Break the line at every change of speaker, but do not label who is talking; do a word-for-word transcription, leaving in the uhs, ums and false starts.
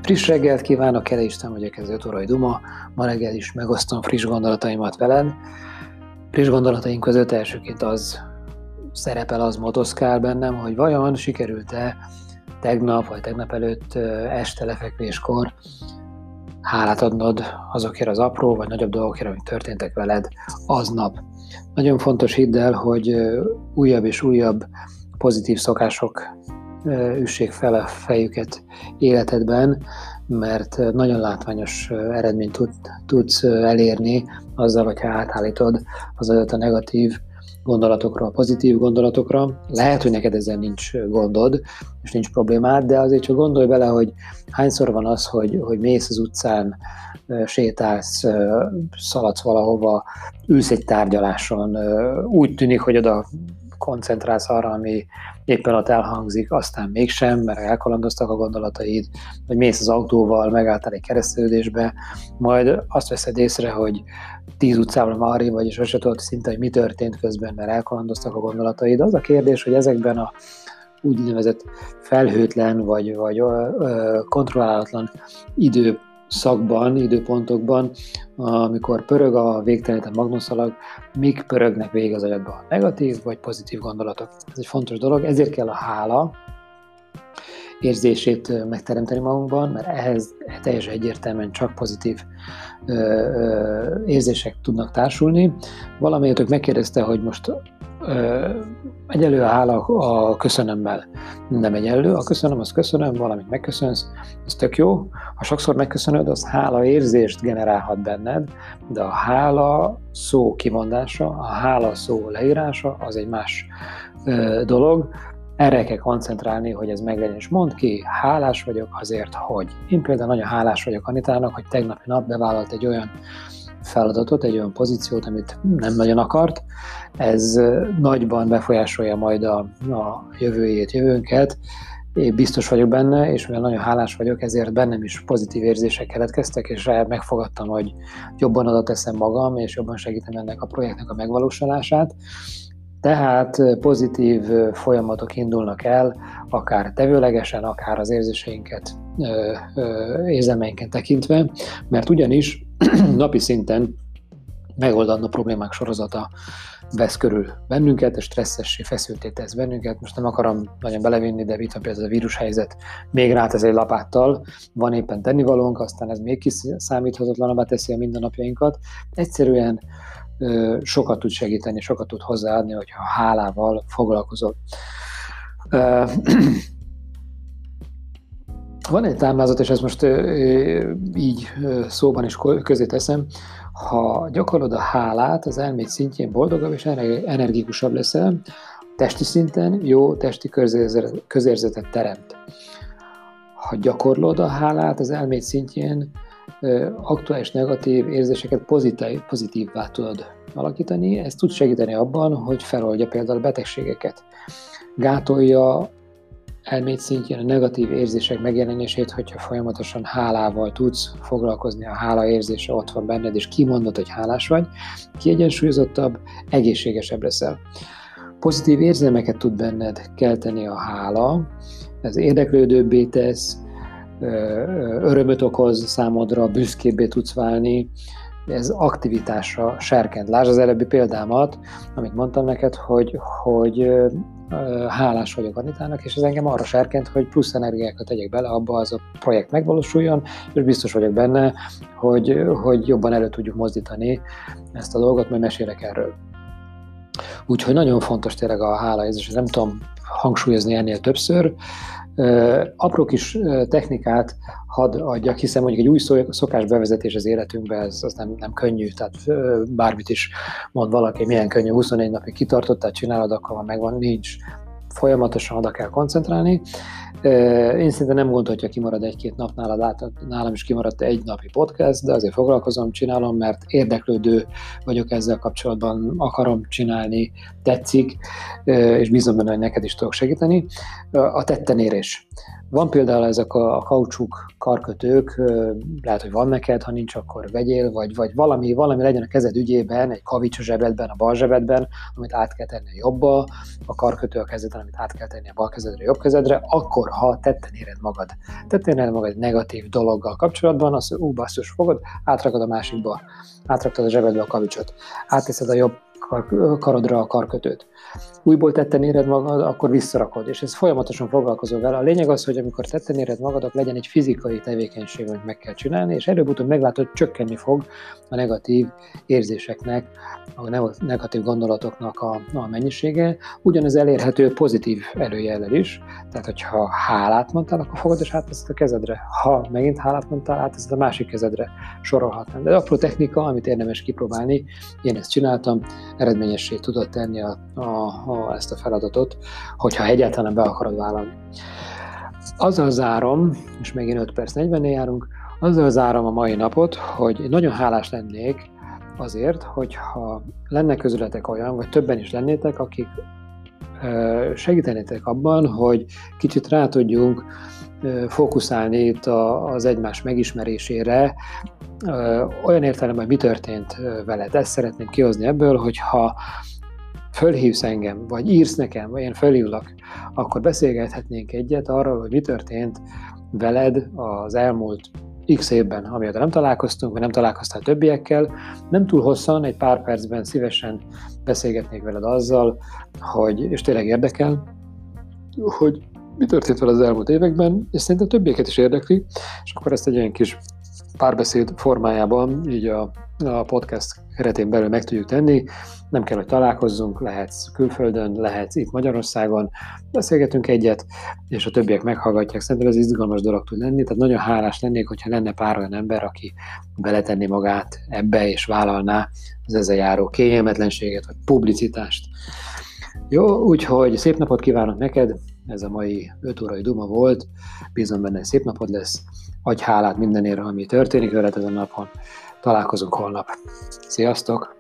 Friss reggelt kívánok, Kele István vagyok, ez öt órai Duma. Ma reggel is megosztom friss gondolataimat veled. Friss gondolataink között elsőként az szerepel, az motoszkál bennem, hogy vajon sikerült-e tegnap vagy tegnap előtt este lefekvéskor hálát adnod azokért az apró vagy nagyobb dolgokért, amik történtek veled aznap. Nagyon fontos, hidd el, hogy újabb és újabb pozitív szokások üssék fel a fejüket életedben, mert nagyon látványos eredményt tud, tudsz elérni azzal, hogyha átállítod az adat a negatív gondolatokra, a pozitív gondolatokra. Lehet, hogy neked ezzel nincs gondod, és nincs problémád, de azért csak gondolj bele, hogy hányszor van az, hogy, hogy mész az utcán, sétálsz, szaladsz valahova, ülsz egy tárgyaláson, úgy tűnik, hogy oda koncentrálsz arra, ami éppen ott elhangzik, aztán mégsem, mert elkalandoztak a gondolataid, vagy mész az autóval, megálltál egy kereszteződésbe, majd azt veszed észre, hogy tíz utcával arrébb vagy, és azt se tudod szinte, hogy mi történt közben, mert elkalandoztak a gondolataid. Az a kérdés, hogy ezekben a úgynevezett felhőtlen, vagy, vagy ö, kontrollálatlan időszakban, időpontokban, amikor pörög a végtelenített magnószalag, mik pörögnek végig az agyadban, negatív vagy pozitív gondolatok. Ez egy fontos dolog, ezért kell a hála érzését megteremteni magunkban, mert ehhez teljesen egyértelműen csak pozitív ö, ö, érzések tudnak társulni. Valamelyettől megkérdezte, hogy most ö, egyenlő a hála a köszönömmel. Nem egyenlő, a köszönöm, az köszönöm, valamit megköszönsz, ez tök jó. Ha sokszor megköszönöd, az hála érzést generálhat benned, de a hála szó kimondása, a hála szó leírása az egy más ö, dolog. Erre kell koncentrálni, hogy ez meglegyen, és mondd ki, hálás vagyok azért, hogy. Én például nagyon hálás vagyok Anitának, hogy tegnapi nap bevállalt egy olyan feladatot, egy olyan pozíciót, amit nem nagyon akart. Ez nagyban befolyásolja majd a, a jövőjét, jövőnket. Én biztos vagyok benne, és mivel nagyon hálás vagyok, ezért bennem is pozitív érzések keletkeztek, és megfogadtam, hogy jobban oda teszem magam, és jobban segítem ennek a projektnek a megvalósulását. Tehát pozitív folyamatok indulnak el, akár tevőlegesen, akár az érzéseinket, érzelmeinket tekintve, mert ugyanis napi szinten megoldandó problémák sorozata vesz körül bennünket, és stresszessé, feszültté tesz bennünket. Most nem akarom nagyon belevinni, de itt van például a vírushelyzet, még rátesz egy lapáttal, van éppen tennivalónk, aztán ez még kiszámíthatatlanabbá teszi a mindennapjainkat. Egyszerűen sokat tud segíteni, sokat tud hozzáadni, hogyha hálával foglalkozol. Van egy táblázat, és ezt most így szóban is közé teszem, ha gyakorlod a hálát, az elméd szintjén boldogabb és energikusabb leszel, testi szinten jó testi közérzetet teremt. Ha gyakorlod a hálát, az elméd szintjén aktuális negatív érzéseket pozitív, pozitívvá tudod alakítani. Ez tud segíteni abban, hogy feloldja például a betegségeket. Gátolja elméd szintjén a negatív érzések megjelenését, hogyha folyamatosan hálával tudsz foglalkozni, a hála érzése ott van benned, és kimondod, hogy hálás vagy, kiegyensúlyozottabb, egészségesebb leszel. Pozitív érzelmeket tud benned kelteni a hála, ez érdeklődőbbé tesz, örömöt okoz számodra, büszkébbé tudsz válni, ez aktivitásra serkent. Lásd az előbbi példámat, amit mondtam neked, hogy, hogy hálás vagyok Anitának, és ez engem arra serkent, hogy plusz energiákat tegyek bele, abba az a projekt megvalósuljon, és biztos vagyok benne, hogy, hogy jobban elő tudjuk mozdítani ezt a dolgot, majd mesélek erről. Úgyhogy nagyon fontos tényleg a hála érzés, nem tudom hangsúlyozni ennél többször. Uh, apró kis uh, technikát hadd adjak, hiszen mondjuk egy új szokás bevezetés az életünkbe, ez az nem, nem könnyű, tehát uh, bármit is mond valaki, milyen könnyű, huszonnégy napig kitartott, tehát csinálod, akkor van, megvan, nincs. Folyamatosan oda kell koncentrálni. Uh, én szerintem nem gondolom, hogyha kimarad egy-két nap nálad, nálam is kimaradt egy napi podcast, de azért foglalkozom, csinálom, mert érdeklődő vagyok ezzel kapcsolatban, akarom csinálni, tetszik, uh, és bízom benne, hogy neked is tudok segíteni. Uh, a tettenérés. Van például ezek a, a kaucsuk karkötők, lehet, hogy van neked, ha nincs, akkor vegyél, vagy, vagy valami, valami legyen a kezed ügyében, egy kavics a zsebedben, a bal zsebedben, amit át kell tenni a jobbba, a karkötő a kezeden, amit át kell tenni a bal kezedre, jobb kezedre, akkor, ha tetten éred magad. Tetten éred magad negatív dologgal kapcsolatban, az, ú, basszus, fogod, átrakod a másikba, átraktad a zsebedbe a kavicsot, átteszed a jobb karodra a karkötőt. Újból tetten éred magad, akkor visszarakod, és ez folyamatosan foglalkozol vele. A lényeg az, hogy amikor tetten éred magadat, legyen egy fizikai tevékenység, amit meg kell csinálni, és előbb-utóbb meglátod, hogy csökkenni fog a negatív érzéseknek, a negatív gondolatoknak a, a mennyisége. Ugyanez elérhető pozitív előjellel is, tehát hogyha hálát mondtál, akkor fogod és átteszed a kezedre. Ha megint hálát mondtál, átteszed a másik kezedre, sorolhatnám. De apró technika, amit érdemes kipróbálni, én ezt csináltam, eredményessé tudod tenni a, a, a, ezt a feladatot, hogyha egyáltalán be akarod vállalni. Azzal zárom, és megint öt perc negyvennél járunk, azzal zárom a mai napot, hogy nagyon hálás lennék azért, hogyha lenne közületek olyan, vagy többen is lennétek, akik segítenétek abban, hogy kicsit rá tudjunk fókuszálni itt az egymás megismerésére, olyan értelemben, mi történt veled. Ezt szeretném kihozni ebből, hogyha fölhívsz engem, vagy írsz nekem, vagy én fölhívlak, akkor beszélgethetnénk egyet arról, hogy mi történt veled az elmúlt x évben, amióta nem találkoztunk, vagy nem találkoztál többiekkel. Nem túl hosszan, egy pár percben szívesen beszélgetnék veled azzal, hogy, és tényleg érdekel, hogy mi történt vele az elmúlt években, és szerintem többieket is érdekli, és akkor ezt egy olyan kis párbeszéd formájában, így a, a podcast keretén belül meg tudjuk tenni. Nem kell, hogy találkozzunk, lehetsz külföldön, lehetsz itt Magyarországon, beszélgetünk egyet, és a többiek meghallgatják. Szerintem ez izgalmas dolog tud lenni, tehát nagyon hálás lennék, hogyha lenne pár olyan ember, aki beletenni magát ebbe, és vállalná az ezzel járó kényelmetlenséget, vagy publicitást. Jó, úgyhogy szép napot kívánok neked, ez a mai öt órai duma volt, bízom benne, szép napod lesz, adj hálát mindenért, ami történik veled ezen a napon. Találkozunk holnap. Sziasztok!